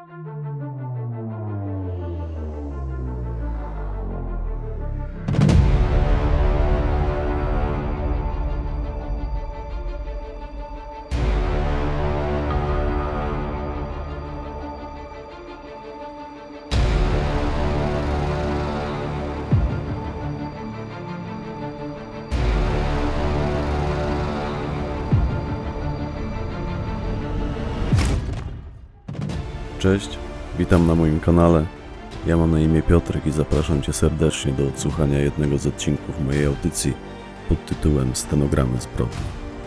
Cześć, witam na moim kanale. Ja mam na imię Piotrek i zapraszam Cię serdecznie do odsłuchania jednego z odcinków mojej audycji pod tytułem Stenogramy zbrodni.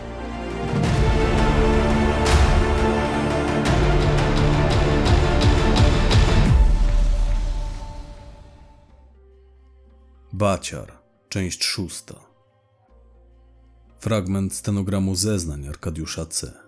Baciar, część 6. Fragment stenogramu zeznań Arkadiusza C.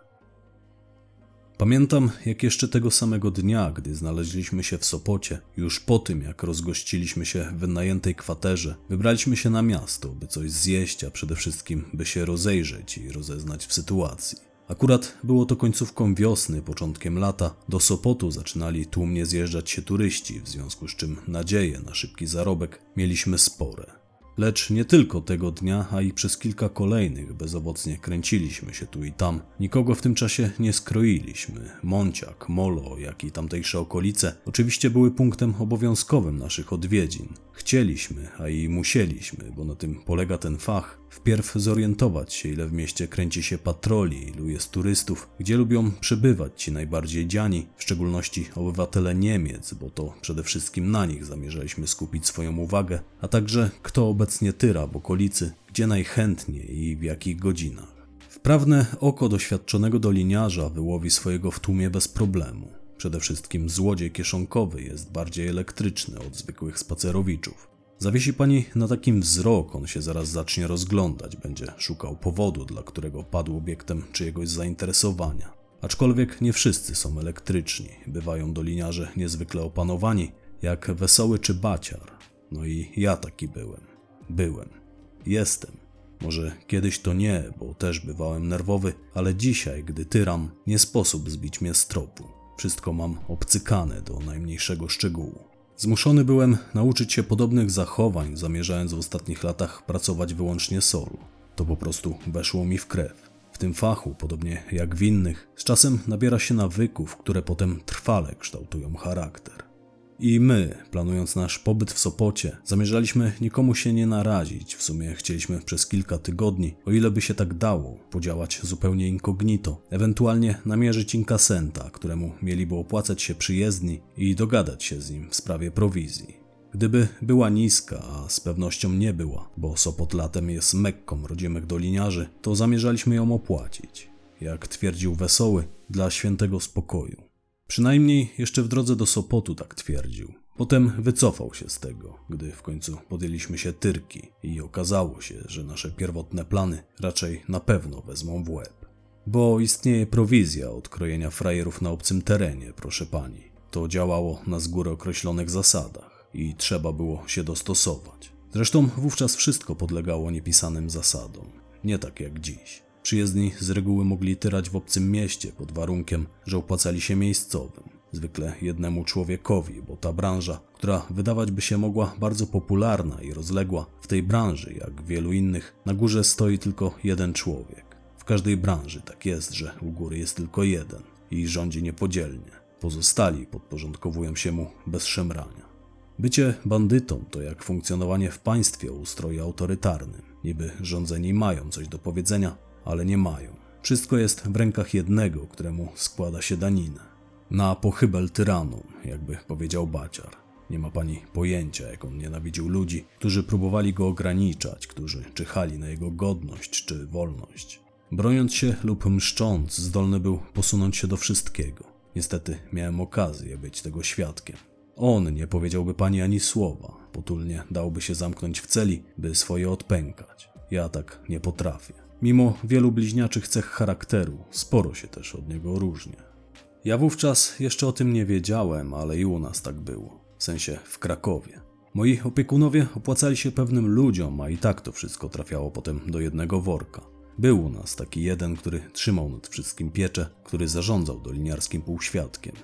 Pamiętam, jak jeszcze tego samego dnia, gdy znaleźliśmy się w Sopocie, już po tym, jak rozgościliśmy się w wynajętej kwaterze, wybraliśmy się na miasto, by coś zjeść, a przede wszystkim, by się rozejrzeć i rozeznać w sytuacji. Akurat było to końcówką wiosny, początkiem lata. Do Sopotu zaczynali tłumnie zjeżdżać się turyści, w związku z czym nadzieje na szybki zarobek mieliśmy spore. Lecz nie tylko tego dnia, a i przez kilka kolejnych bezowocnie kręciliśmy się tu i tam. Nikogo w tym czasie nie skroiliśmy. Monciak, Molo, jak i tamtejsze okolice oczywiście były punktem obowiązkowym naszych odwiedzin. Chcieliśmy, a i musieliśmy, bo na tym polega ten fach, wpierw zorientować się, ile w mieście kręci się patroli, ilu jest turystów, gdzie lubią przebywać ci najbardziej dziani, w szczególności obywatele Niemiec, bo to przede wszystkim na nich zamierzaliśmy skupić swoją uwagę, a także kto obecnie tyra w okolicy, gdzie najchętniej i w jakich godzinach. Wprawne oko doświadczonego doliniarza wyłowi swojego w tłumie bez problemu. Przede wszystkim złodziej kieszonkowy jest bardziej elektryczny od zwykłych spacerowiczów. Zawiesi pani na takim wzrok, on się zaraz zacznie rozglądać, będzie szukał powodu, dla którego padł obiektem czyjegoś zainteresowania. Aczkolwiek nie wszyscy są elektryczni, bywają doliniarze niezwykle opanowani, jak Wesoły czy Baciar. No i ja taki byłem. Jestem. Może kiedyś to nie, bo też bywałem nerwowy, ale dzisiaj, gdy tyram, nie sposób zbić mnie z tropu. Wszystko mam obcykane do najmniejszego szczegółu. Zmuszony byłem nauczyć się podobnych zachowań, zamierzając w ostatnich latach pracować wyłącznie solo. To po prostu weszło mi w krew. W tym fachu, podobnie jak w innych, z czasem nabiera się nawyków, które potem trwale kształtują charakter. I my, planując nasz pobyt w Sopocie, zamierzaliśmy nikomu się nie narazić. W sumie chcieliśmy przez kilka tygodni, o ile by się tak dało, podziałać zupełnie incognito, ewentualnie namierzyć inkasenta, któremu mieliby opłacać się przyjezdni i dogadać się z nim w sprawie prowizji. Gdyby była niska, a z pewnością nie była, bo Sopot latem jest mekką rodzimych doliniarzy, to zamierzaliśmy ją opłacić. Jak twierdził Wesoły, dla świętego spokoju. Przynajmniej jeszcze w drodze do Sopotu tak twierdził. Potem wycofał się z tego, gdy w końcu podjęliśmy się tyrki i okazało się, że nasze pierwotne plany raczej na pewno wezmą w łeb. Bo istnieje prowizja od krojenia frajerów na obcym terenie, proszę pani. To działało na z góry określonych zasadach i trzeba było się dostosować. Zresztą wówczas wszystko podlegało niepisanym zasadom. Nie tak jak dziś. Przyjezdni z reguły mogli tyrać w obcym mieście pod warunkiem, że opłacali się miejscowym. Zwykle jednemu człowiekowi, bo ta branża, która wydawać by się mogła bardzo popularna i rozległa, w tej branży, jak wielu innych, na górze stoi tylko jeden człowiek. W każdej branży tak jest, że u góry jest tylko jeden i rządzi niepodzielnie. Pozostali podporządkowują się mu bez szemrania. Bycie bandytą to jak funkcjonowanie w państwie o ustroju autorytarnym. Niby rządzeni mają coś do powiedzenia, ale nie mają. Wszystko jest w rękach jednego, któremu składa się daninę. Na pochybel tyranom, jakby powiedział Baciar. Nie ma pani pojęcia, jak on nienawidził ludzi, którzy próbowali go ograniczać, którzy czyhali na jego godność czy wolność. Broniąc się lub mszcząc, zdolny był posunąć się do wszystkiego. Niestety miałem okazję być tego świadkiem. On nie powiedziałby pani ani słowa, potulnie dałby się zamknąć w celi, by swoje odpękać. Ja tak nie potrafię. Mimo wielu bliźniaczych cech charakteru, sporo się też od niego różnię. Ja wówczas jeszcze o tym nie wiedziałem, ale i u nas tak było. W sensie w Krakowie. Moi opiekunowie opłacali się pewnym ludziom, a i tak to wszystko trafiało potem do jednego worka. Był u nas taki jeden, który trzymał nad wszystkim pieczę, który zarządzał doliniarskim półświadkiem.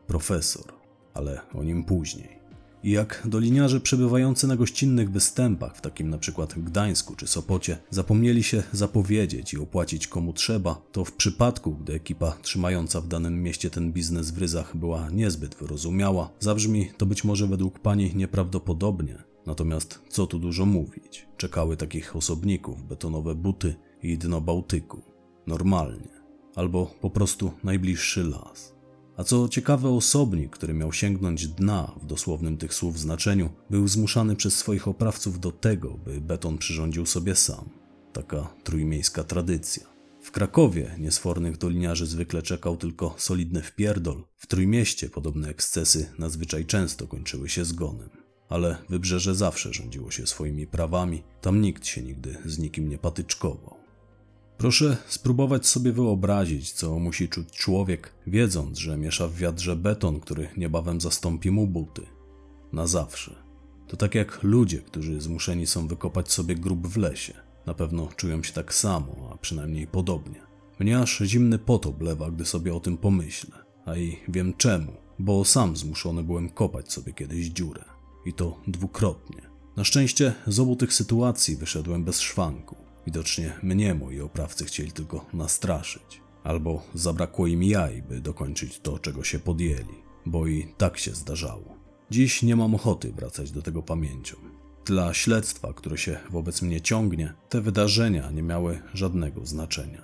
profesor, ale o nim później. I jak doliniarze przebywający na gościnnych występach w takim na przykład Gdańsku czy Sopocie zapomnieli się zapowiedzieć i opłacić komu trzeba, to w przypadku, gdy ekipa trzymająca w danym mieście ten biznes w ryzach była niezbyt wyrozumiała, zabrzmi to być może według pani nieprawdopodobnie. Natomiast co tu dużo mówić, czekały takich osobników betonowe buty i dno Bałtyku. Normalnie. Albo po prostu najbliższy las. A co ciekawe, osobnik, który miał sięgnąć dna w dosłownym tych słów znaczeniu, był zmuszany przez swoich oprawców do tego, by beton przyrządził sobie sam. Taka trójmiejska tradycja. W Krakowie niesfornych doliniarzy zwykle czekał tylko solidny wpierdol. W Trójmieście podobne ekscesy nadzwyczaj często kończyły się zgonem. Ale Wybrzeże zawsze rządziło się swoimi prawami, tam nikt się nigdy z nikim nie patyczkował. Proszę spróbować sobie wyobrazić, co musi czuć człowiek, wiedząc, że miesza w wiadrze beton, który niebawem zastąpi mu buty. Na zawsze. To tak jak ludzie, którzy zmuszeni są wykopać sobie grób w lesie. Na pewno czują się tak samo, a przynajmniej podobnie. Mnie aż zimny pot oblewa, gdy sobie o tym pomyślę. A i wiem czemu, bo sam zmuszony byłem kopać sobie kiedyś dziurę. I to dwukrotnie. Na szczęście z obu tych sytuacji wyszedłem bez szwanku. Widocznie mnie moi oprawcy chcieli tylko nastraszyć. Albo zabrakło im jaj, by dokończyć to, czego się podjęli. Bo i tak się zdarzało. Dziś nie mam ochoty wracać do tego pamięcią. Dla śledztwa, które się wobec mnie ciągnie, te wydarzenia nie miały żadnego znaczenia.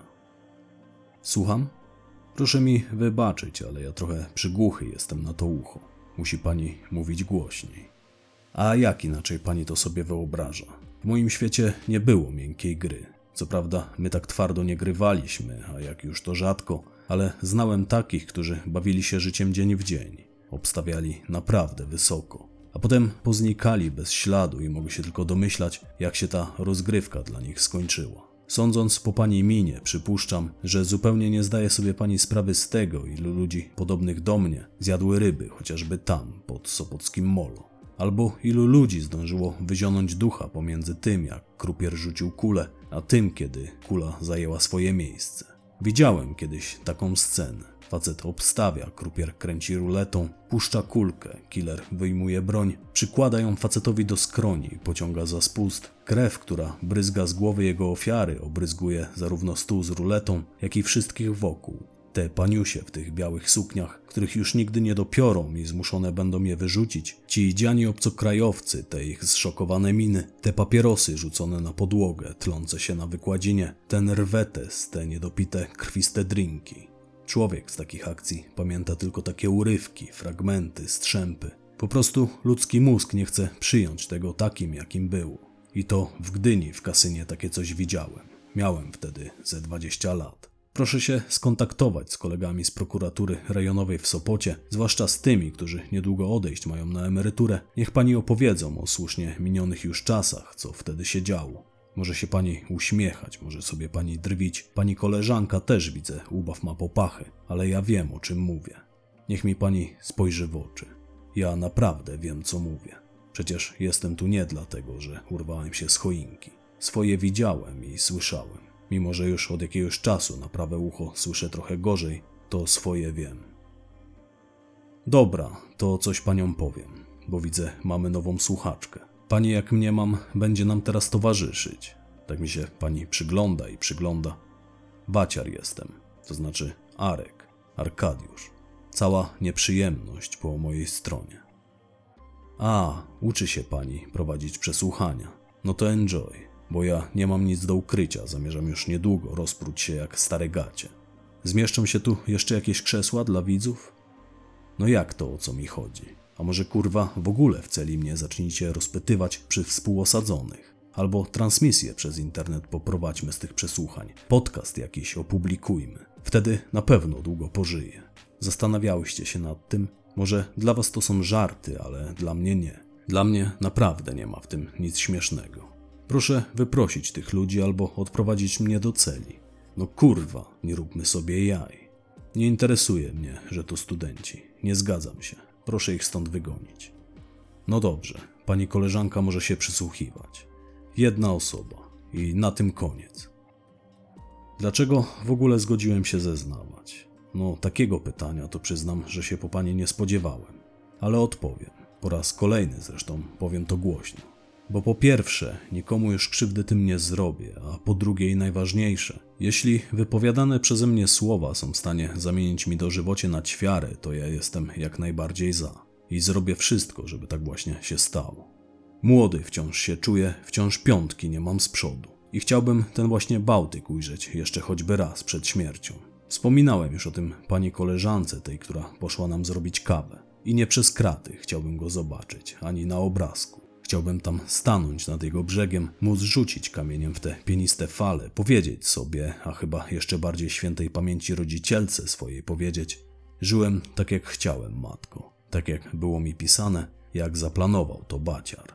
Słucham? Proszę mi wybaczyć, ale ja trochę przygłuchy jestem na to ucho. Musi pani mówić głośniej. A jak inaczej pani to sobie wyobraża? W moim świecie nie było miękkiej gry. Co prawda my tak twardo nie grywaliśmy, a jak już to rzadko, ale znałem takich, którzy bawili się życiem dzień w dzień. Obstawiali naprawdę wysoko. A potem poznikali bez śladu i mogę się tylko domyślać, jak się ta rozgrywka dla nich skończyła. Sądząc po pani minie, przypuszczam, że zupełnie nie zdaje sobie pani sprawy z tego, ilu ludzi podobnych do mnie zjadły ryby, chociażby tam, pod sopockim molo. Albo ilu ludzi zdążyło wyzionąć ducha pomiędzy tym, jak krupier rzucił kulę, a tym, kiedy kula zajęła swoje miejsce. Widziałem kiedyś taką scenę. Facet obstawia, krupier kręci ruletą, puszcza kulkę, killer wyjmuje broń, przykłada ją facetowi do skroni, pociąga za spust. Krew, która bryzga z głowy jego ofiary, obryzguje zarówno stół z ruletą, jak i wszystkich wokół. Te paniusie w tych białych sukniach, których już nigdy nie dopiorą i zmuszone będą je wyrzucić, ci dziani obcokrajowcy, te ich zszokowane miny, te papierosy rzucone na podłogę, tlące się na wykładzinie, ten rwetes, te niedopite, krwiste drinki. Człowiek z takich akcji pamięta tylko takie urywki, fragmenty, strzępy. Po prostu ludzki mózg nie chce przyjąć tego takim, jakim było. I to w Gdyni w kasynie takie coś widziałem. Miałem wtedy ze 20 lat. Proszę się skontaktować z kolegami z prokuratury rejonowej w Sopocie, zwłaszcza z tymi, którzy niedługo odejść mają na emeryturę. Niech pani opowiedzą o słusznie minionych już czasach, co wtedy się działo. Może się pani uśmiechać, może sobie pani drwić. Pani koleżanka też, widzę, ubaw ma popachy, ale ja wiem, o czym mówię. Niech mi pani spojrzy w oczy. Ja naprawdę wiem, co mówię. Przecież jestem tu nie dlatego, że urwałem się z choinki. Swoje widziałem i słyszałem. Mimo że już od jakiegoś czasu na prawe ucho słyszę trochę gorzej, to swoje wiem. Dobra, to coś paniom powiem, bo widzę, mamy nową słuchaczkę. Pani, jak mniemam, będzie nam teraz towarzyszyć. Tak mi się pani przygląda i przygląda. Baciar jestem, to znaczy Arek, Arkadiusz. Cała nieprzyjemność po mojej stronie. A, uczy się pani prowadzić przesłuchania. No to enjoy, bo ja nie mam nic do ukrycia, zamierzam już niedługo rozpróć się jak stare gacie. Zmieszczą się tu jeszcze jakieś krzesła dla widzów? No jak to, o co mi chodzi? A może kurwa w ogóle w celi mnie zacznijcie rozpytywać przy współosadzonych? Albo transmisję przez internet poprowadźmy z tych przesłuchań. Podcast jakiś opublikujmy. Wtedy na pewno długo pożyję. Zastanawiałyście się nad tym? Może dla was to są żarty, ale dla mnie nie. Dla mnie naprawdę nie ma w tym nic śmiesznego. Proszę wyprosić tych ludzi albo odprowadzić mnie do celi. No kurwa, nie róbmy sobie jaj. Nie interesuje mnie, że to studenci. Nie zgadzam się. Proszę ich stąd wygonić. No dobrze, pani koleżanka może się przysłuchiwać. Jedna osoba i na tym koniec. Dlaczego w ogóle zgodziłem się zeznawać? No takiego pytania to przyznam, że się po pani nie spodziewałem. Ale odpowiem. Po raz kolejny zresztą powiem to głośno. Bo po pierwsze, nikomu już krzywdy tym nie zrobię, a po drugie i najważniejsze, jeśli wypowiadane przeze mnie słowa są w stanie zamienić mi dożywocie na ćwiarę, to ja jestem jak najbardziej za. I zrobię wszystko, żeby tak właśnie się stało. Młody wciąż się czuję, wciąż piątki nie mam z przodu. I chciałbym ten właśnie Bałtyk ujrzeć jeszcze choćby raz przed śmiercią. Wspominałem już o tym pani koleżance, tej, która poszła nam zrobić kawę. I nie przez kraty chciałbym go zobaczyć, ani na obrazku. Chciałbym tam stanąć nad jego brzegiem, móc rzucić kamieniem w te pieniste fale, powiedzieć sobie, a chyba jeszcze bardziej świętej pamięci rodzicielce swojej powiedzieć: żyłem tak jak chciałem, matko, tak jak było mi pisane, jak zaplanował to Baciar.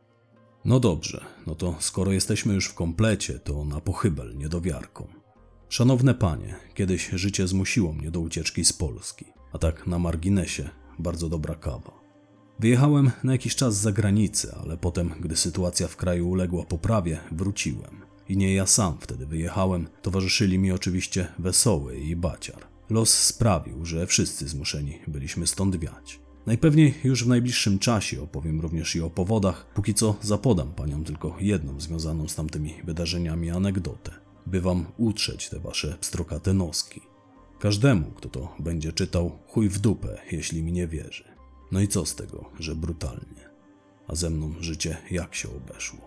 No dobrze, no to skoro jesteśmy już w komplecie, to na pochybel niedowiarkom. Szanowne panie, kiedyś życie zmusiło mnie do ucieczki z Polski, a tak na marginesie, bardzo dobra kawa. Wyjechałem na jakiś czas za granicę, ale potem, gdy sytuacja w kraju uległa poprawie, wróciłem. I nie ja sam wtedy wyjechałem, towarzyszyli mi oczywiście Wesoły i Baciar. Los sprawił, że wszyscy zmuszeni byliśmy stąd wiać. Najpewniej już w najbliższym czasie opowiem również i o powodach, póki co zapodam paniom tylko jedną związaną z tamtymi wydarzeniami anegdotę, by wam utrzeć te wasze pstrokate noski. Każdemu, kto to będzie czytał, chuj w dupę, jeśli mi nie wierzy. No i co z tego, że brutalnie? A ze mną życie jak się obeszło?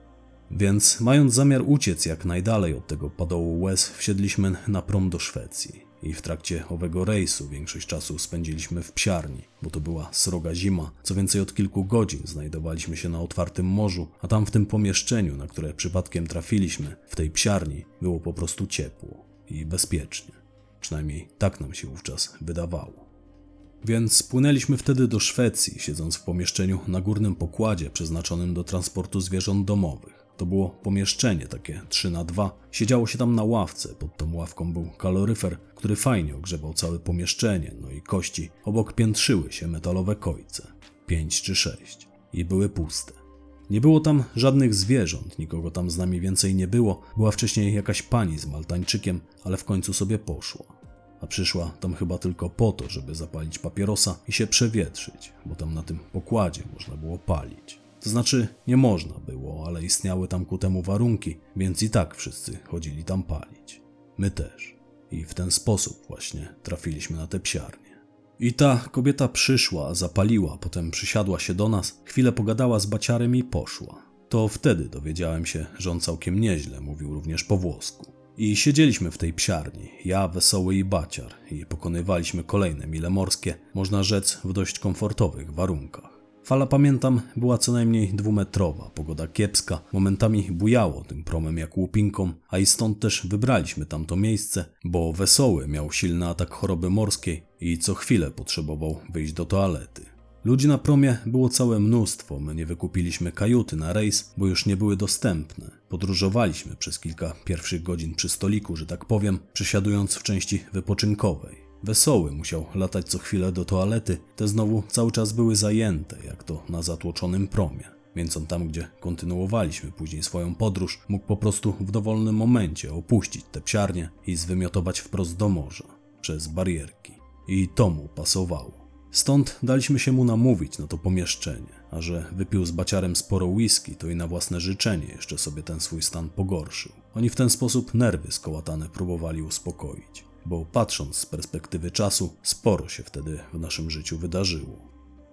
Więc mając zamiar uciec jak najdalej od tego padołu łez, wsiedliśmy na prom do Szwecji. I w trakcie owego rejsu większość czasu spędziliśmy w psiarni, bo to była sroga zima. Co więcej, od kilku godzin znajdowaliśmy się na otwartym morzu, a tam w tym pomieszczeniu, na które przypadkiem trafiliśmy, w tej psiarni, było po prostu ciepło i bezpiecznie. Przynajmniej tak nam się wówczas wydawało. Więc płynęliśmy wtedy do Szwecji, siedząc w pomieszczeniu na górnym pokładzie przeznaczonym do transportu zwierząt domowych. To było pomieszczenie takie 3x2. Siedziało się tam na ławce, pod tą ławką był kaloryfer, który fajnie ogrzewał całe pomieszczenie, no i kości obok piętrzyły się metalowe kojce. 5 czy 6. I były puste. Nie było tam żadnych zwierząt, nikogo tam z nami więcej nie było. Była wcześniej jakaś pani z Maltańczykiem, ale w końcu sobie poszła. A przyszła tam chyba tylko po to, żeby zapalić papierosa i się przewietrzyć, bo tam na tym pokładzie można było palić. To znaczy nie można było, ale istniały tam ku temu warunki, więc i tak wszyscy chodzili tam palić. My też. I w ten sposób właśnie trafiliśmy na tę psiarnię. I ta kobieta przyszła, zapaliła, potem przysiadła się do nas, chwilę pogadała z Baciarem i poszła. To wtedy dowiedziałem się, że on całkiem nieźle mówił również po włosku. I siedzieliśmy w tej psiarni, ja, Wesoły i Baciar, i pokonywaliśmy kolejne mile morskie, można rzec w dość komfortowych warunkach. Fala, pamiętam, była co najmniej 2-metrowa, pogoda kiepska, momentami bujało tym promem jak łupinką, a i stąd też wybraliśmy tamto miejsce, bo Wesoły miał silny atak choroby morskiej i co chwilę potrzebował wyjść do toalety. Ludzi na promie było całe mnóstwo, my nie wykupiliśmy kajuty na rejs, bo już nie były dostępne. Podróżowaliśmy przez kilka pierwszych godzin przy stoliku, że tak powiem, przesiadując w części wypoczynkowej. Wesoły musiał latać co chwilę do toalety, te znowu cały czas były zajęte, jak to na zatłoczonym promie. Więc on tam, gdzie kontynuowaliśmy później swoją podróż, mógł po prostu w dowolnym momencie opuścić tę psiarnię i zwymiotować wprost do morza, przez barierki. I to mu pasowało. Stąd daliśmy się mu namówić na to pomieszczenie, a że wypił z Baciarem sporo whisky, to i na własne życzenie jeszcze sobie ten swój stan pogorszył. Oni w ten sposób nerwy skołatane próbowali uspokoić, bo patrząc z perspektywy czasu, sporo się wtedy w naszym życiu wydarzyło.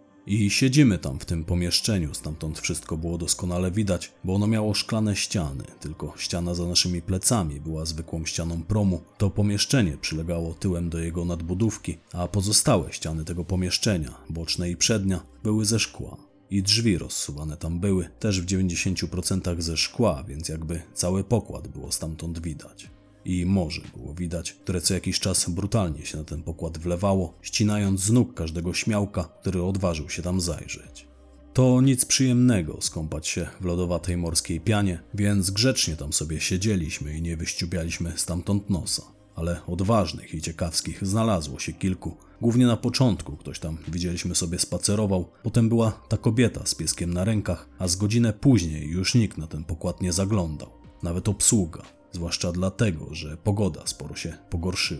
I siedzimy tam w tym pomieszczeniu, stamtąd wszystko było doskonale widać, bo ono miało szklane ściany, tylko ściana za naszymi plecami była zwykłą ścianą promu, to pomieszczenie przylegało tyłem do jego nadbudówki, a pozostałe ściany tego pomieszczenia, boczne i przednia, były ze szkła. I drzwi rozsuwane tam były, też w 90% ze szkła, więc jakby cały pokład było stamtąd widać. I morze było widać, które co jakiś czas brutalnie się na ten pokład wlewało, ścinając z nóg każdego śmiałka, który odważył się tam zajrzeć. To nic przyjemnego skąpać się w lodowatej morskiej pianie, więc grzecznie tam sobie siedzieliśmy i nie wyściubialiśmy stamtąd nosa. Ale odważnych i ciekawskich znalazło się kilku. Głównie na początku ktoś tam, widzieliśmy, sobie spacerował, potem była ta kobieta z pieskiem na rękach, a z godzinę później już nikt na ten pokład nie zaglądał. Nawet obsługa. Zwłaszcza dlatego, że pogoda sporo się pogorszyła.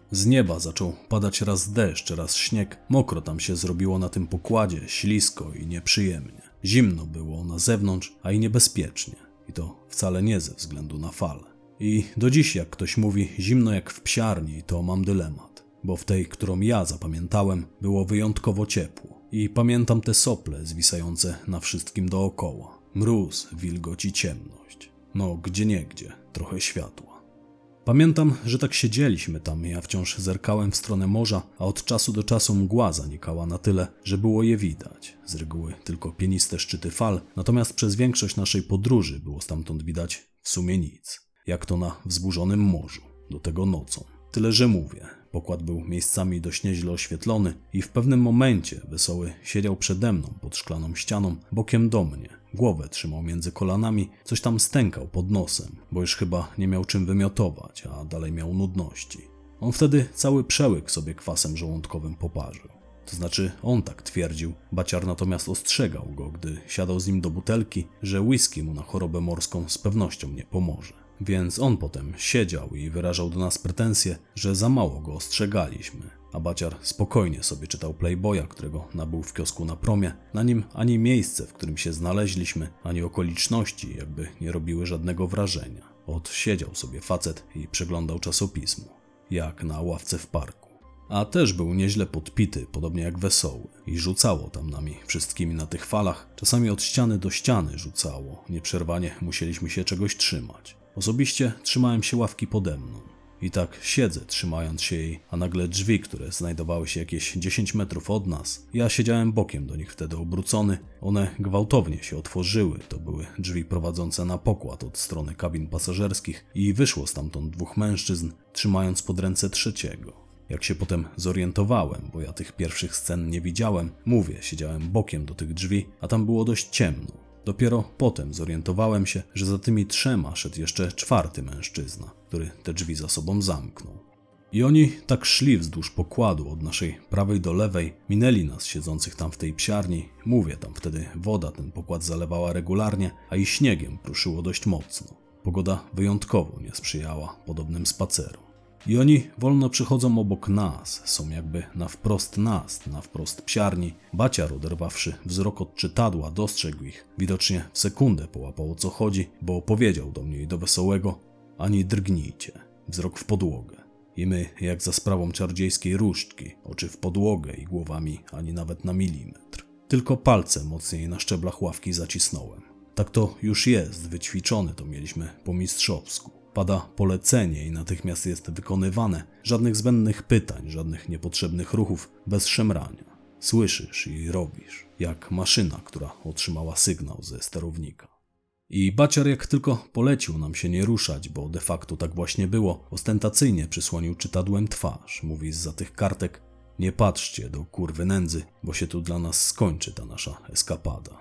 Z nieba zaczął padać raz deszcz, raz śnieg. Mokro tam się zrobiło na tym pokładzie, ślisko i nieprzyjemnie. Zimno było na zewnątrz, a i niebezpiecznie. I to wcale nie ze względu na fale. I do dziś, jak ktoś mówi zimno jak w psiarni, to mam dylemat. Bo w tej, którą ja zapamiętałem, było wyjątkowo ciepło. I pamiętam te sople zwisające na wszystkim dookoła. Mróz, wilgoć i ciemność. No, gdzieniegdzie trochę światła. Pamiętam, że tak siedzieliśmy tam, ja wciąż zerkałem w stronę morza, a od czasu do czasu mgła zanikała na tyle, że było je widać. Z reguły tylko pieniste szczyty fal, natomiast przez większość naszej podróży było stamtąd widać w sumie nic. Jak to na wzburzonym morzu, do tego nocą. Tyle, że mówię, pokład był miejscami dość nieźle oświetlony i w pewnym momencie Wesoły siedział przede mną pod szklaną ścianą, bokiem do mnie. Głowę trzymał między kolanami, coś tam stękał pod nosem, bo już chyba nie miał czym wymiotować, a dalej miał nudności. On wtedy cały przełyk sobie kwasem żołądkowym poparzył. To znaczy on tak twierdził, Baciar natomiast ostrzegał go, gdy siadał z nim do butelki, że whisky mu na chorobę morską z pewnością nie pomoże. Więc on potem siedział i wyrażał do nas pretensje, że za mało go ostrzegaliśmy, a Baciar spokojnie sobie czytał Playboya, którego nabył w kiosku na promie. Na nim ani miejsce, w którym się znaleźliśmy, ani okoliczności jakby nie robiły żadnego wrażenia. Odsiedział sobie facet i przeglądał czasopismo, jak na ławce w parku. A też był nieźle podpity, podobnie jak Wesoły, i rzucało tam nami wszystkimi na tych falach. Czasami od ściany do ściany rzucało, nieprzerwanie musieliśmy się czegoś trzymać. Osobiście trzymałem się ławki pode mną. I tak siedzę, trzymając się jej, a nagle drzwi, które znajdowały się jakieś 10 metrów od nas, ja siedziałem bokiem do nich wtedy obrócony, one gwałtownie się otworzyły, to były drzwi prowadzące na pokład od strony kabin pasażerskich i wyszło stamtąd dwóch mężczyzn, trzymając pod ręce trzeciego. Jak się potem zorientowałem, bo ja tych pierwszych scen nie widziałem, mówię, siedziałem bokiem do tych drzwi, a tam było dość ciemno. Dopiero potem zorientowałem się, że za tymi trzema szedł jeszcze czwarty mężczyzna, który te drzwi za sobą zamknął. I oni tak szli wzdłuż pokładu od naszej prawej do lewej, minęli nas siedzących tam w tej psiarni. Mówię, tam wtedy woda ten pokład zalewała regularnie, a i śniegiem pruszyło dość mocno. Pogoda wyjątkowo nie sprzyjała podobnym spacerom. I oni wolno przychodzą obok nas, są jakby na wprost nas, na wprost psiarni. Baciar, oderwawszy wzrok od czytadła, dostrzegł ich. Widocznie w sekundę połapał, o co chodzi, bo powiedział do mnie i do Wesołego: ani drgnijcie, wzrok w podłogę. I my, jak za sprawą czarodziejskiej różdżki, oczy w podłogę i głowami ani nawet na milimetr. Tylko palce mocniej na szczeblach ławki zacisnąłem. Tak to już jest, wyćwiczone to mieliśmy po mistrzowsku. Pada polecenie i natychmiast jest wykonywane. Żadnych zbędnych pytań, żadnych niepotrzebnych ruchów, bez szemrania. Słyszysz i robisz, jak maszyna, która otrzymała sygnał ze sterownika. I Baciar jak tylko polecił nam się nie ruszać, bo de facto tak właśnie było, ostentacyjnie przysłonił czytadłem twarz. Mówi zza tych kartek: nie patrzcie do kurwy nędzy, bo się tu dla nas skończy ta nasza eskapada.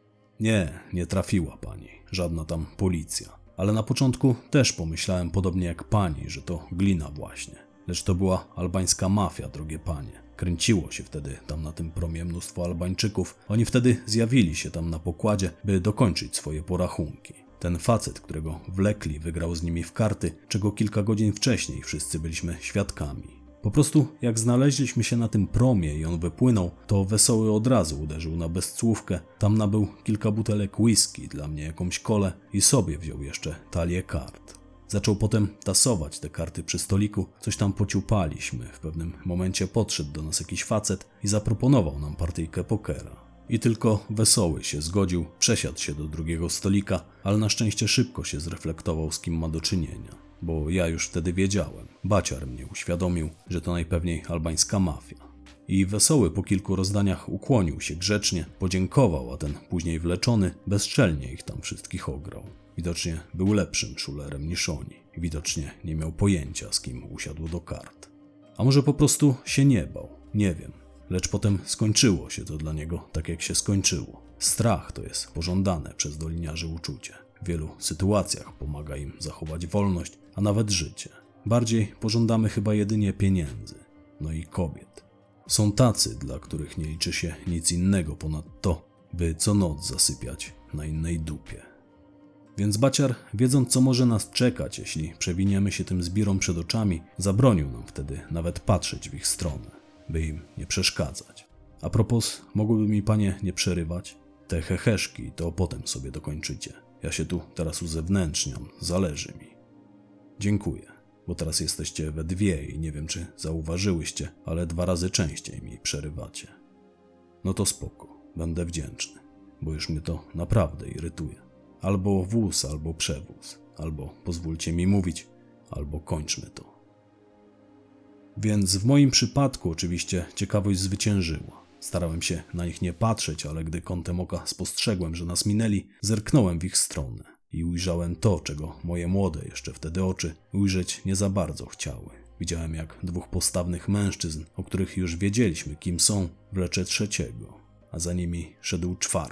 Nie trafiła pani, żadna tam policja. Ale na początku też pomyślałem podobnie jak pani, że to glina właśnie. Lecz to była albańska mafia, drogie panie. Kręciło się wtedy tam na tym promie mnóstwo Albańczyków. Oni wtedy zjawili się tam na pokładzie, by dokończyć swoje porachunki. Ten facet, którego wlekli, wygrał z nimi w karty, czego kilka godzin wcześniej wszyscy byliśmy świadkami. Po prostu jak znaleźliśmy się na tym promie i on wypłynął, to Wesoły od razu uderzył na bezcłówkę. Tam nabył kilka butelek whisky, dla mnie jakąś kolę i sobie wziął jeszcze talię kart. Zaczął potem tasować te karty przy stoliku, coś tam pociupaliśmy. W pewnym momencie podszedł do nas jakiś facet i zaproponował nam partyjkę pokera. I tylko Wesoły się zgodził, przesiadł się do drugiego stolika, ale na szczęście szybko się zreflektował, z kim ma do czynienia. Bo ja już wtedy wiedziałem. Baciar mnie uświadomił, że to najpewniej albańska mafia. I Wesoły po kilku rozdaniach ukłonił się grzecznie, podziękował, a ten później wleczony bezczelnie ich tam wszystkich ograł. Widocznie był lepszym szulerem niż oni. Widocznie nie miał pojęcia, z kim usiadł do kart. A może po prostu się nie bał, nie wiem. Lecz potem skończyło się to dla niego tak, jak się skończyło. Strach to jest pożądane przez doliniarzy uczucie. W wielu sytuacjach pomaga im zachować wolność, a nawet życie. Bardziej pożądamy chyba jedynie pieniędzy, no i kobiet. Są tacy, dla których nie liczy się nic innego ponad to, by co noc zasypiać na innej dupie. Więc Baciar, wiedząc co może nas czekać, jeśli przewiniemy się tym zbirom przed oczami, zabronił nam wtedy nawet patrzeć w ich stronę, by im nie przeszkadzać. A propos, mogłyby mi panie nie przerywać? Te heheszki to potem sobie dokończycie. Ja się tu teraz uzewnętrzniam, zależy mi. Dziękuję, bo teraz jesteście we dwie i nie wiem czy zauważyłyście, ale 2 razy częściej mi przerywacie. No to spoko, będę wdzięczny, bo już mnie to naprawdę irytuje. Albo wóz, albo przewóz, albo pozwólcie mi mówić, albo kończmy to. Więc w moim przypadku oczywiście ciekawość zwyciężyła. Starałem się na nich nie patrzeć, ale gdy kątem oka spostrzegłem, że nas minęli, zerknąłem w ich stronę i ujrzałem to, czego moje młode jeszcze wtedy oczy ujrzeć nie za bardzo chciały. Widziałem, jak 2 postawnych mężczyzn, o których już wiedzieliśmy kim są, wlecze 3, a za nimi szedł 4.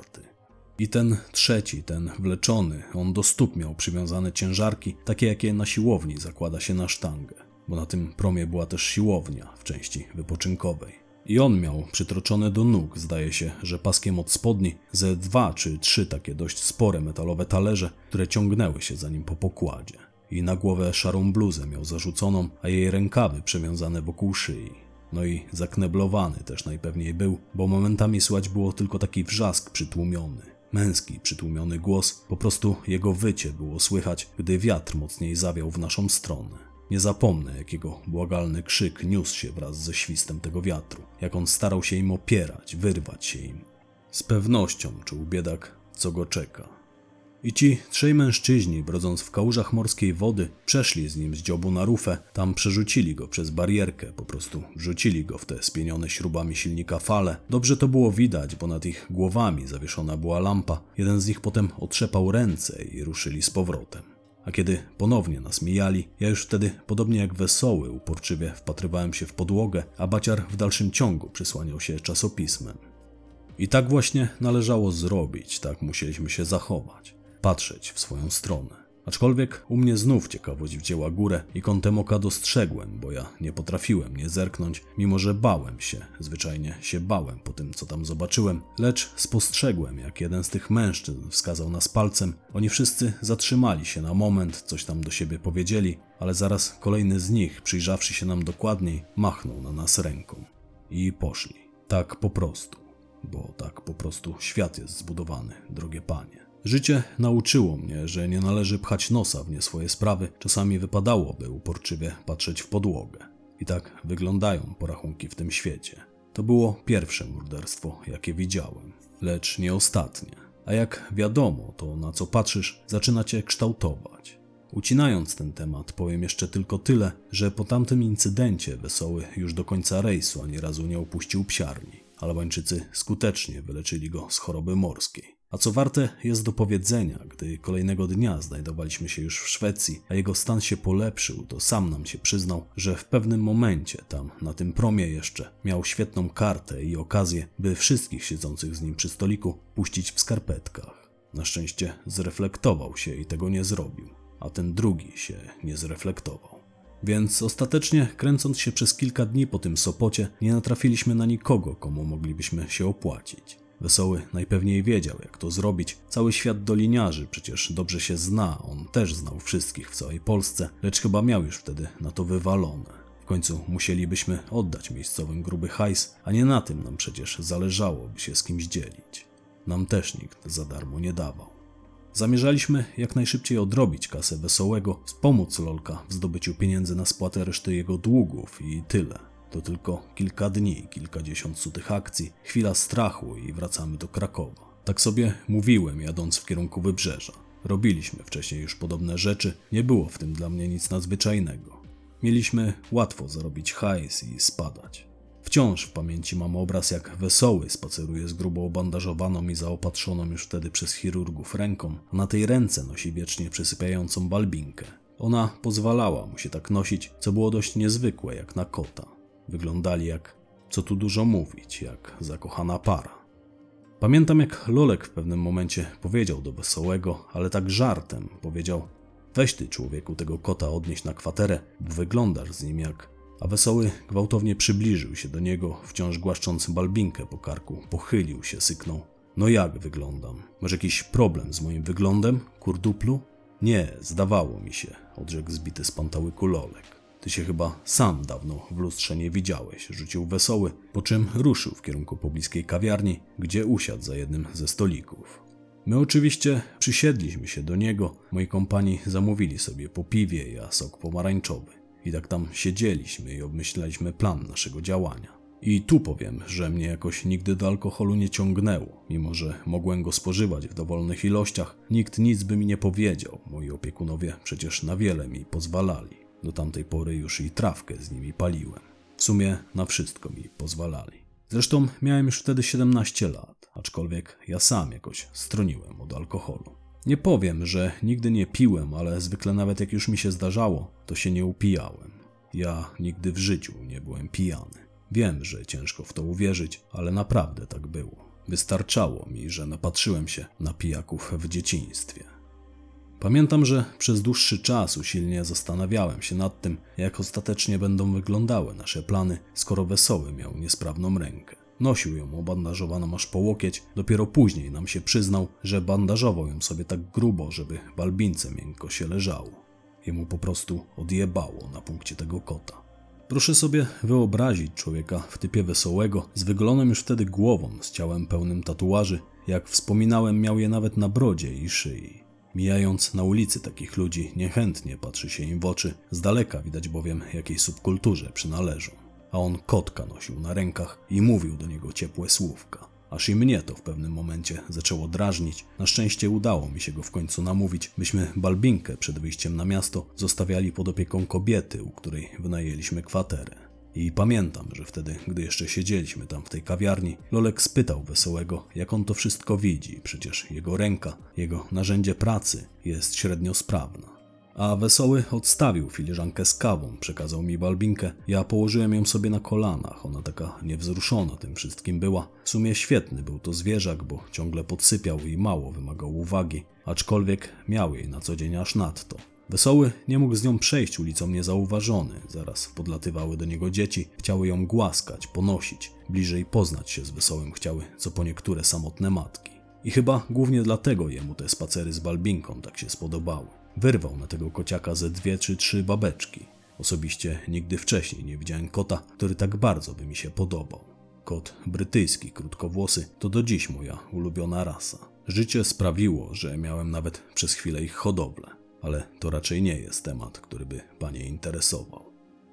I ten 3, ten wleczony, on do stóp miał przywiązane ciężarki, takie jakie na siłowni zakłada się na sztangę, bo na tym promie była też siłownia w części wypoczynkowej. I on miał przytroczone do nóg, zdaje się, że paskiem od spodni, ze 2 czy 3 takie dość spore metalowe talerze, które ciągnęły się za nim po pokładzie. I na głowę szarą bluzę miał zarzuconą, a jej rękawy przewiązane wokół szyi. No i zakneblowany też najpewniej był, bo momentami słychać było tylko taki wrzask przytłumiony. Męski, przytłumiony głos, po prostu jego wycie było słychać, gdy wiatr mocniej zawiał w naszą stronę. Nie zapomnę, jak jego błagalny krzyk niósł się wraz ze świstem tego wiatru, jak on starał się im opierać, wyrwać się im. Z pewnością czuł biedak, co go czeka. I ci 3 mężczyźni, brodząc w kałużach morskiej wody, przeszli z nim z dziobu na rufę, tam przerzucili go przez barierkę, po prostu wrzucili go w te spienione śrubami silnika fale. Dobrze to było widać, bo nad ich głowami zawieszona była lampa. Jeden z nich potem otrzepał ręce i ruszyli z powrotem. A kiedy ponownie nas mijali, ja już wtedy, podobnie jak Wesoły, uporczywie wpatrywałem się w podłogę, a Baciar w dalszym ciągu przysłaniał się czasopismem. I tak właśnie należało zrobić, tak musieliśmy się zachować, patrzeć w swoją stronę. Aczkolwiek u mnie znów ciekawość wzięła górę i kątem oka dostrzegłem, bo ja nie potrafiłem nie zerknąć, mimo że bałem się, zwyczajnie się bałem po tym, co tam zobaczyłem, lecz spostrzegłem, jak jeden z tych mężczyzn wskazał nas palcem. Oni wszyscy zatrzymali się na moment, coś tam do siebie powiedzieli, ale zaraz kolejny z nich, przyjrzawszy się nam dokładniej, machnął na nas ręką. I poszli. Tak po prostu, bo tak po prostu świat jest zbudowany, drogie panie. Życie nauczyło mnie, że nie należy pchać nosa w nie swoje sprawy. Czasami wypadałoby uporczywie patrzeć w podłogę. I tak wyglądają porachunki w tym świecie. To było pierwsze morderstwo, jakie widziałem, lecz nie ostatnie. A jak wiadomo, to na co patrzysz, zaczyna cię kształtować. Ucinając ten temat, powiem jeszcze tylko tyle, że po tamtym incydencie Wesoły już do końca rejsu ani razu nie opuścił psiarni. Albańczycy skutecznie wyleczyli go z choroby morskiej. A co warte jest do powiedzenia, gdy kolejnego dnia znajdowaliśmy się już w Szwecji, a jego stan się polepszył, to sam nam się przyznał, że w pewnym momencie tam, na tym promie jeszcze, miał świetną kartę i okazję, by wszystkich siedzących z nim przy stoliku puścić w skarpetkach. Na szczęście zreflektował się i tego nie zrobił, a ten drugi się nie zreflektował. Więc ostatecznie, kręcąc się przez kilka dni po tym Sopocie, nie natrafiliśmy na nikogo, komu moglibyśmy się opłacić. Wesoły najpewniej wiedział, jak to zrobić. Cały świat doliniarzy przecież dobrze się zna, on też znał wszystkich w całej Polsce, lecz chyba miał już wtedy na to wywalone. W końcu musielibyśmy oddać miejscowym gruby hajs, a nie na tym nam przecież zależało, by się z kimś dzielić. Nam też nikt za darmo nie dawał. Zamierzaliśmy jak najszybciej odrobić kasę Wesołego, wspomóc Lolka w zdobyciu pieniędzy na spłatę reszty jego długów i tyle. To tylko kilka dni, kilkadziesiąt sutych akcji, chwila strachu i wracamy do Krakowa. Tak sobie mówiłem, jadąc w kierunku Wybrzeża. Robiliśmy wcześniej już podobne rzeczy, nie było w tym dla mnie nic nadzwyczajnego. Mieliśmy łatwo zarobić hajs i spadać. Wciąż w pamięci mam obraz, jak Wesoły spaceruje z grubo obandażowaną i zaopatrzoną już wtedy przez chirurgów ręką, a na tej ręce nosi wiecznie przysypiającą balbinkę. Ona pozwalała mu się tak nosić, co było dość niezwykłe jak na kota. Wyglądali jak, co tu dużo mówić, jak zakochana para. Pamiętam, jak Lolek w pewnym momencie powiedział do Wesołego, ale tak żartem powiedział: weź ty, człowieku, tego kota odnieś na kwaterę, bo wyglądasz z nim jak... A Wesoły gwałtownie przybliżył się do niego, wciąż głaszcząc balbinkę po karku, pochylił się, syknął: No jak wyglądam? Masz jakiś problem z moim wyglądem, kurduplu? Nie, zdawało mi się, odrzekł zbity z pantałyku Lolek. Ty się chyba sam dawno w lustrze nie widziałeś, rzucił Wesoły, po czym ruszył w kierunku pobliskiej kawiarni, gdzie usiadł za jednym ze stolików. My oczywiście przysiedliśmy się do niego, moi kompani zamówili sobie po piwie, ja sok pomarańczowy. I tak tam siedzieliśmy i obmyślaliśmy plan naszego działania. I tu powiem, że mnie jakoś nigdy do alkoholu nie ciągnęło, mimo że mogłem go spożywać w dowolnych ilościach, nikt nic by mi nie powiedział, moi opiekunowie przecież na wiele mi pozwalali. Do tamtej pory już i trawkę z nimi paliłem. W sumie na wszystko mi pozwalali. Zresztą miałem już wtedy 17 lat, aczkolwiek ja sam jakoś stroniłem od alkoholu. Nie powiem, że nigdy nie piłem, ale zwykle nawet jak już mi się zdarzało, to się nie upijałem. Ja nigdy w życiu nie byłem pijany. Wiem, że ciężko w to uwierzyć, ale naprawdę tak było. Wystarczało mi, że napatrzyłem się na pijaków w dzieciństwie. Pamiętam, że przez dłuższy czas usilnie zastanawiałem się nad tym, jak ostatecznie będą wyglądały nasze plany, skoro Wesoły miał niesprawną rękę. Nosił ją obandażowaną aż po łokieć, dopiero później nam się przyznał, że bandażował ją sobie tak grubo, żeby w albince miękko się leżało. Jemu po prostu odjebało na punkcie tego kota. Proszę sobie wyobrazić człowieka w typie Wesołego, z wyguloną już wtedy głową, z ciałem pełnym tatuaży, jak wspominałem, miał je nawet na brodzie i szyi. Mijając na ulicy takich ludzi, niechętnie patrzy się im w oczy, z daleka widać bowiem jakiej subkulturze przynależą. A on kotka nosił na rękach i mówił do niego ciepłe słówka. Aż i mnie to w pewnym momencie zaczęło drażnić. Na szczęście udało mi się go w końcu namówić, byśmy Balbinkę przed wyjściem na miasto zostawiali pod opieką kobiety, u której wynajęliśmy kwaterę. I pamiętam, że wtedy, gdy jeszcze siedzieliśmy tam w tej kawiarni, Lolek spytał Wesołego, jak on to wszystko widzi, przecież jego ręka, jego narzędzie pracy jest średnio sprawna. A Wesoły odstawił filiżankę z kawą, przekazał mi Balbinkę, ja położyłem ją sobie na kolanach, ona taka niewzruszona tym wszystkim była. W sumie świetny był to zwierzak, bo ciągle podsypiał i mało wymagał uwagi, aczkolwiek miał jej na co dzień aż nadto. Wesoły nie mógł z nią przejść ulicą niezauważony, zaraz podlatywały do niego dzieci, chciały ją głaskać, ponosić, bliżej poznać się z Wesołym chciały, co po niektóre samotne matki. I chyba głównie dlatego jemu te spacery z Balbinką tak się spodobały. Wyrwał na tego kociaka ze 2 czy 3 babeczki. Osobiście nigdy wcześniej nie widziałem kota, który tak bardzo by mi się podobał. Kot brytyjski, krótkowłosy, to do dziś moja ulubiona rasa. Życie sprawiło, że miałem nawet przez chwilę ich hodowlę, ale to raczej nie jest temat, który by panie interesował.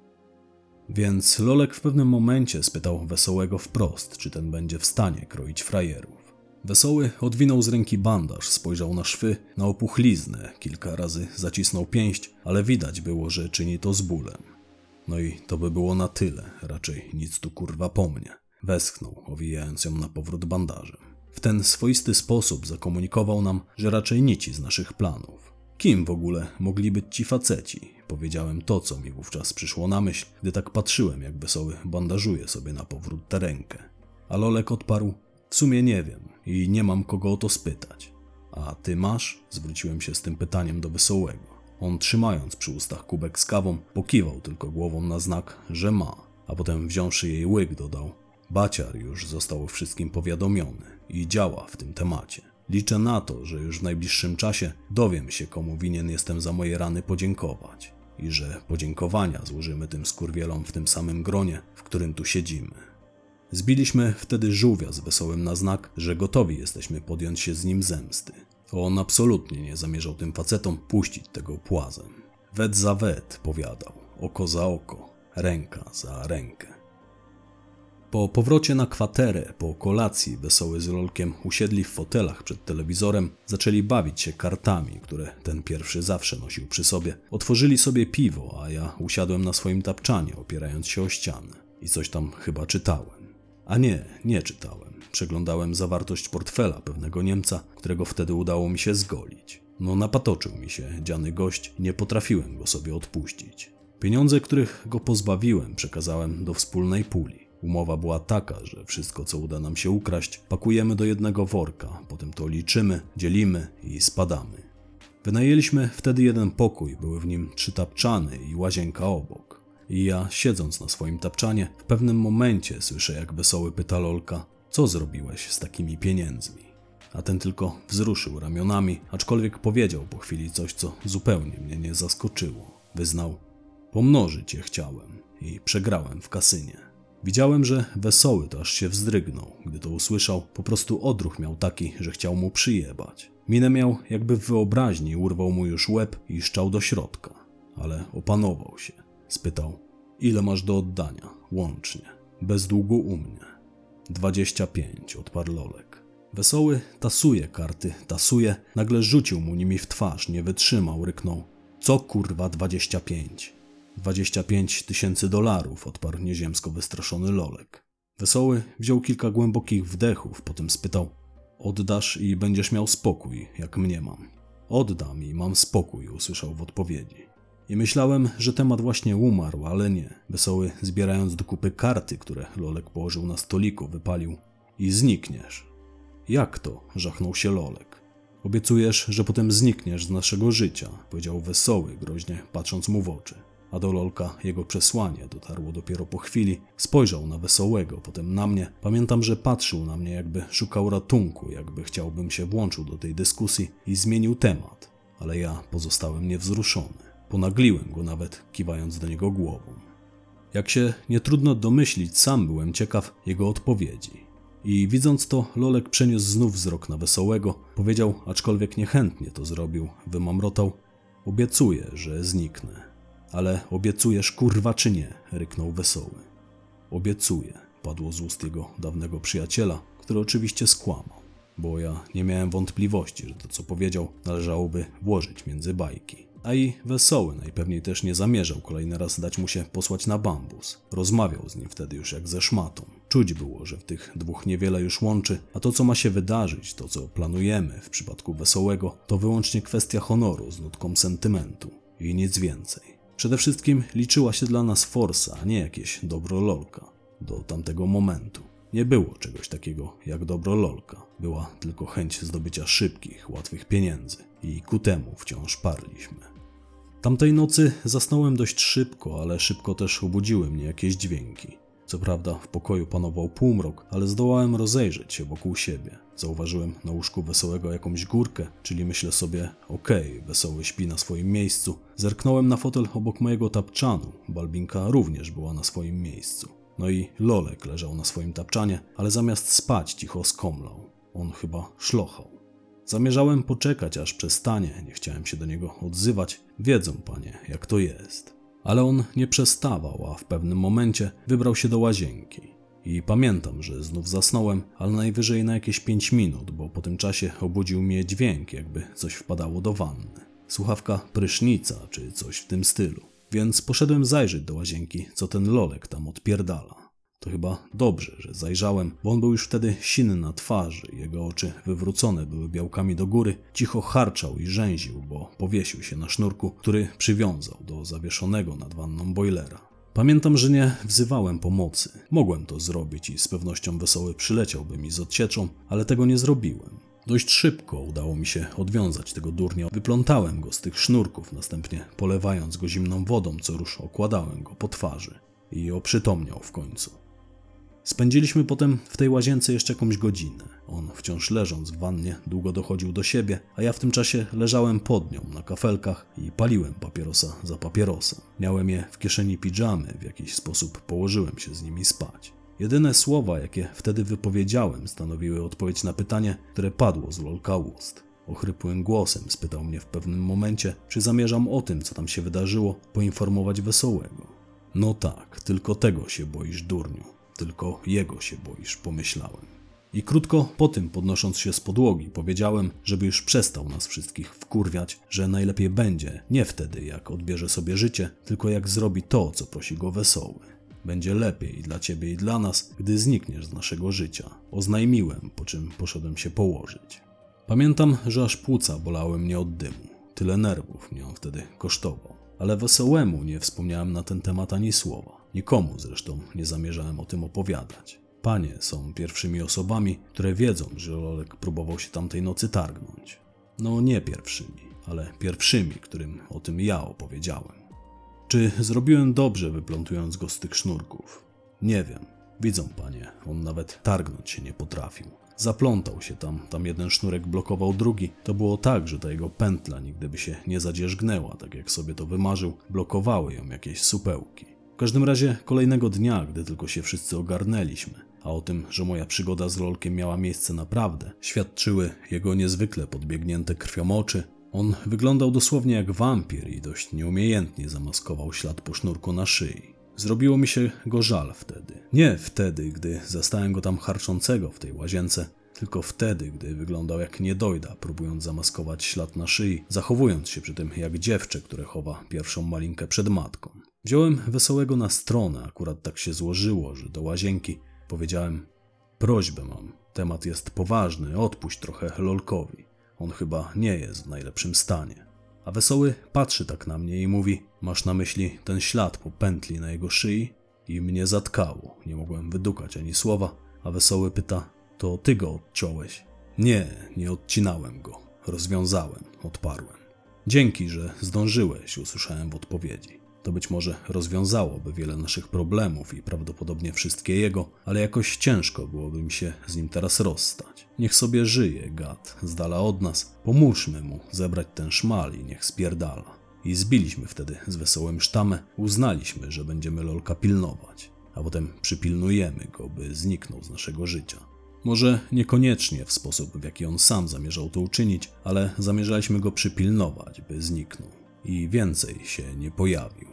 Więc Lolek w pewnym momencie spytał Wesołego wprost, czy ten będzie w stanie kroić frajerów. Wesoły odwinął z ręki bandaż, spojrzał na szwy, na opuchliznę, kilka razy zacisnął pięść, ale widać było, że czyni to z bólem. No i to by było na tyle, raczej nic tu kurwa po mnie. Westchnął, owijając ją na powrót bandażem. W ten swoisty sposób zakomunikował nam, że raczej nici z naszych planów. Kim w ogóle mogli być ci faceci? Powiedziałem to, co mi wówczas przyszło na myśl, gdy tak patrzyłem, jak Wesoły bandażuje sobie na powrót tę rękę. A Lolek odparł: w sumie nie wiem i nie mam kogo o to spytać. A ty masz? Zwróciłem się z tym pytaniem do Wesołego. On, trzymając przy ustach kubek z kawą, pokiwał tylko głową na znak, że ma, a potem wziąwszy jej łyk dodał: baciar już został o wszystkim powiadomiony i działa w tym temacie. Liczę na to, że już w najbliższym czasie dowiem się, komu winien jestem za moje rany podziękować i że podziękowania złożymy tym skurwielom w tym samym gronie, w którym tu siedzimy. Zbiliśmy wtedy żółwia z Wesołym na znak, że gotowi jesteśmy podjąć się z nim zemsty. On absolutnie nie zamierzał tym facetom puścić tego płazem. Wet za wet, powiadał, oko za oko, ręka za rękę. Po powrocie na kwaterę, po kolacji, Wesoły z Lolkiem usiedli w fotelach przed telewizorem, zaczęli bawić się kartami, które ten pierwszy zawsze nosił przy sobie. Otworzyli sobie piwo, a ja usiadłem na swoim tapczanie, opierając się o ścianę. I coś tam chyba czytałem. A nie czytałem. Przeglądałem zawartość portfela pewnego Niemca, którego wtedy udało mi się zgolić. No napatoczył mi się dziany gość i nie potrafiłem go sobie odpuścić. Pieniądze, których go pozbawiłem, przekazałem do wspólnej puli. Umowa była taka, że wszystko, co uda nam się ukraść, pakujemy do jednego worka, potem to liczymy, dzielimy i spadamy. Wynajęliśmy wtedy jeden pokój, były w nim 3 tapczany i łazienka obok. I ja, siedząc na swoim tapczanie, w pewnym momencie słyszę, jak Wesoły pyta Lolka: co zrobiłeś z takimi pieniędzmi? a ten tylko wzruszył ramionami, aczkolwiek powiedział po chwili coś, co zupełnie mnie nie zaskoczyło. Wyznał: pomnożyć je chciałem i przegrałem w kasynie. Widziałem, że Wesoły to aż się wzdrygnął. Gdy to usłyszał, po prostu odruch miał taki, że chciał mu przyjebać. Minę miał, jakby w wyobraźni urwał mu już łeb i szczał do środka. Ale opanował się. Spytał: ile masz do oddania, łącznie, bez długu u mnie? 25, odparł Lolek. Wesoły tasuje karty, tasuje, nagle rzucił mu nimi w twarz, nie wytrzymał, ryknął: co kurwa 25? 25 000 dolarów, odparł nieziemsko wystraszony Lolek. Wesoły wziął kilka głębokich wdechów, potem spytał: oddasz i będziesz miał spokój, jak mnie mam. Oddam i mam spokój, usłyszał w odpowiedzi. I myślałem, że temat właśnie umarł, ale nie. Wesoły, zbierając do kupy karty, które Lolek położył na stoliku, wypalił: i znikniesz. Jak to? Żachnął się Lolek. Obiecujesz, że potem znikniesz z naszego życia, powiedział Wesoły, groźnie patrząc mu w oczy. A do Lolka jego przesłanie dotarło dopiero po chwili. Spojrzał na Wesołego, potem na mnie. Pamiętam, że patrzył na mnie, jakby szukał ratunku, jakby chciałbym się włączył do tej dyskusji i zmienił temat. Ale ja pozostałem niewzruszony. Ponagliłem go nawet, kiwając do niego głową. Jak się nie trudno domyślić, sam byłem ciekaw jego odpowiedzi. I widząc to, Lolek przeniósł znów wzrok na Wesołego. Powiedział, aczkolwiek niechętnie to zrobił, wymamrotał: obiecuję, że zniknę. Ale obiecujesz, kurwa, czy nie? Ryknął Wesoły. Obiecuję, padło z ust jego dawnego przyjaciela, który oczywiście skłamał, bo ja nie miałem wątpliwości, że to, co powiedział, należałoby włożyć między bajki. A i Wesoły najpewniej też nie zamierzał kolejny raz dać mu się posłać na bambus. Rozmawiał z nim wtedy już jak ze szmatą. Czuć było, że w tych dwóch niewiele już łączy, a to, co ma się wydarzyć, to, co planujemy w przypadku Wesołego, to wyłącznie kwestia honoru z nutką sentymentu i nic więcej. Przede wszystkim liczyła się dla nas forsa, a nie jakieś dobro Lolka. Do tamtego momentu nie było czegoś takiego jak dobro Lolka. Była tylko chęć zdobycia szybkich, łatwych pieniędzy i ku temu wciąż parliśmy. Tamtej nocy zasnąłem dość szybko, ale szybko też obudziły mnie jakieś dźwięki. Co prawda w pokoju panował półmrok, ale zdołałem rozejrzeć się wokół siebie. Zauważyłem na łóżku Wesołego jakąś górkę, czyli myślę sobie: okej, Wesoły śpi na swoim miejscu. Zerknąłem na fotel obok mojego tapczanu. Balbinka również była na swoim miejscu. No i Lolek leżał na swoim tapczanie, ale zamiast spać cicho skomlał. On chyba szlochał. Zamierzałem poczekać, aż przestanie, nie chciałem się do niego odzywać. Wiedzą panie, jak to jest. Ale on nie przestawał, a w pewnym momencie wybrał się do łazienki. I pamiętam, że znów zasnąłem, ale najwyżej na jakieś 5 minut, bo po tym czasie obudził mnie dźwięk, jakby coś wpadało do wanny. Słuchawka prysznica, czy coś w tym stylu. Więc poszedłem zajrzeć do łazienki, co ten Lolek tam odpierdala. To chyba dobrze, że zajrzałem, bo on był już wtedy siny na twarzy, jego oczy wywrócone były białkami do góry, cicho harczał i rzęził, bo powiesił się na sznurku, który przywiązał do zawieszonego nad wanną bojlera. Pamiętam, że nie wzywałem pomocy. Mogłem to zrobić i z pewnością Wesoły przyleciałby mi z odsieczą, ale tego nie zrobiłem. Dość szybko udało mi się odwiązać tego durnia. Wyplątałem go z tych sznurków, następnie polewając go zimną wodą, co rusz okładałem go po twarzy i oprzytomniał w końcu. Spędziliśmy potem w tej łazience jeszcze jakąś godzinę. On wciąż leżąc w wannie długo dochodził do siebie, a ja w tym czasie leżałem pod nią na kafelkach i paliłem papierosa za papierosem. Miałem je w kieszeni pidżamy, w jakiś sposób położyłem się z nimi spać. Jedyne słowa, jakie wtedy wypowiedziałem, stanowiły odpowiedź na pytanie, które padło z Lolka ust. Ochrypłym głosem spytał mnie w pewnym momencie, czy zamierzam o tym, co tam się wydarzyło, poinformować Wesołego. No tak, tylko tego się boisz, durniu. Tylko jego się boisz, pomyślałem. I krótko po tym, podnosząc się z podłogi, powiedziałem, żeby już przestał nas wszystkich wkurwiać, że najlepiej będzie nie wtedy, jak odbierze sobie życie, tylko jak zrobi to, co prosi go Wesoły. Będzie lepiej i dla ciebie i dla nas, gdy znikniesz z naszego życia. Oznajmiłem, po czym poszedłem się położyć. Pamiętam, że aż płuca bolały mnie od dymu. Tyle nerwów mnie on wtedy kosztował. Ale Wesołemu nie wspomniałem na ten temat ani słowa. Nikomu zresztą nie zamierzałem o tym opowiadać. Panie są pierwszymi osobami, które wiedzą, że Lolek próbował się tamtej nocy targnąć. No nie pierwszymi, ale pierwszymi, którym o tym ja opowiedziałem. Czy zrobiłem dobrze, wyplątując go z tych sznurków? Nie wiem. Widzą panie, on nawet targnąć się nie potrafił. Zaplątał się tam jeden sznurek blokował drugi. To było tak, że ta jego pętla nigdy by się nie zadzierzgnęła, tak jak sobie to wymarzył, blokowały ją jakieś supełki. W każdym razie kolejnego dnia, gdy tylko się wszyscy ogarnęliśmy, a o tym, że moja przygoda z Lolkiem miała miejsce naprawdę, świadczyły jego niezwykle podbiegnięte krwią oczy. On wyglądał dosłownie jak wampir i dość nieumiejętnie zamaskował ślad po sznurku na szyi. Zrobiło mi się go żal wtedy. Nie wtedy, gdy zastałem go tam harczącego w tej łazience, tylko wtedy, gdy wyglądał jak niedojda, próbując zamaskować ślad na szyi, zachowując się przy tym jak dziewczę, które chowa pierwszą malinkę przed matką. Wziąłem Wesołego na stronę, akurat tak się złożyło, że do łazienki powiedziałem: prośbę mam, temat jest poważny, odpuść trochę Lolkowi. On chyba nie jest w najlepszym stanie. A Wesoły patrzy tak na mnie i mówi: masz na myśli ten ślad po pętli na jego szyi? I mnie zatkało, nie mogłem wydukać ani słowa, a Wesoły pyta: to ty go odciąłeś? Nie odcinałem go, rozwiązałem, odparłem. Dzięki, że zdążyłeś, usłyszałem w odpowiedzi. To być może rozwiązałoby wiele naszych problemów i prawdopodobnie wszystkie jego, ale jakoś ciężko byłoby mi się z nim teraz rozstać. Niech sobie żyje, gad, z dala od nas. Pomóżmy mu zebrać ten szmal i niech spierdala. I zbiliśmy wtedy z Wesołym sztamę, uznaliśmy, że będziemy Lolka pilnować, a potem przypilnujemy go, by zniknął z naszego życia. Może niekoniecznie w sposób, w jaki on sam zamierzał to uczynić, ale zamierzaliśmy go przypilnować, by zniknął i więcej się nie pojawił.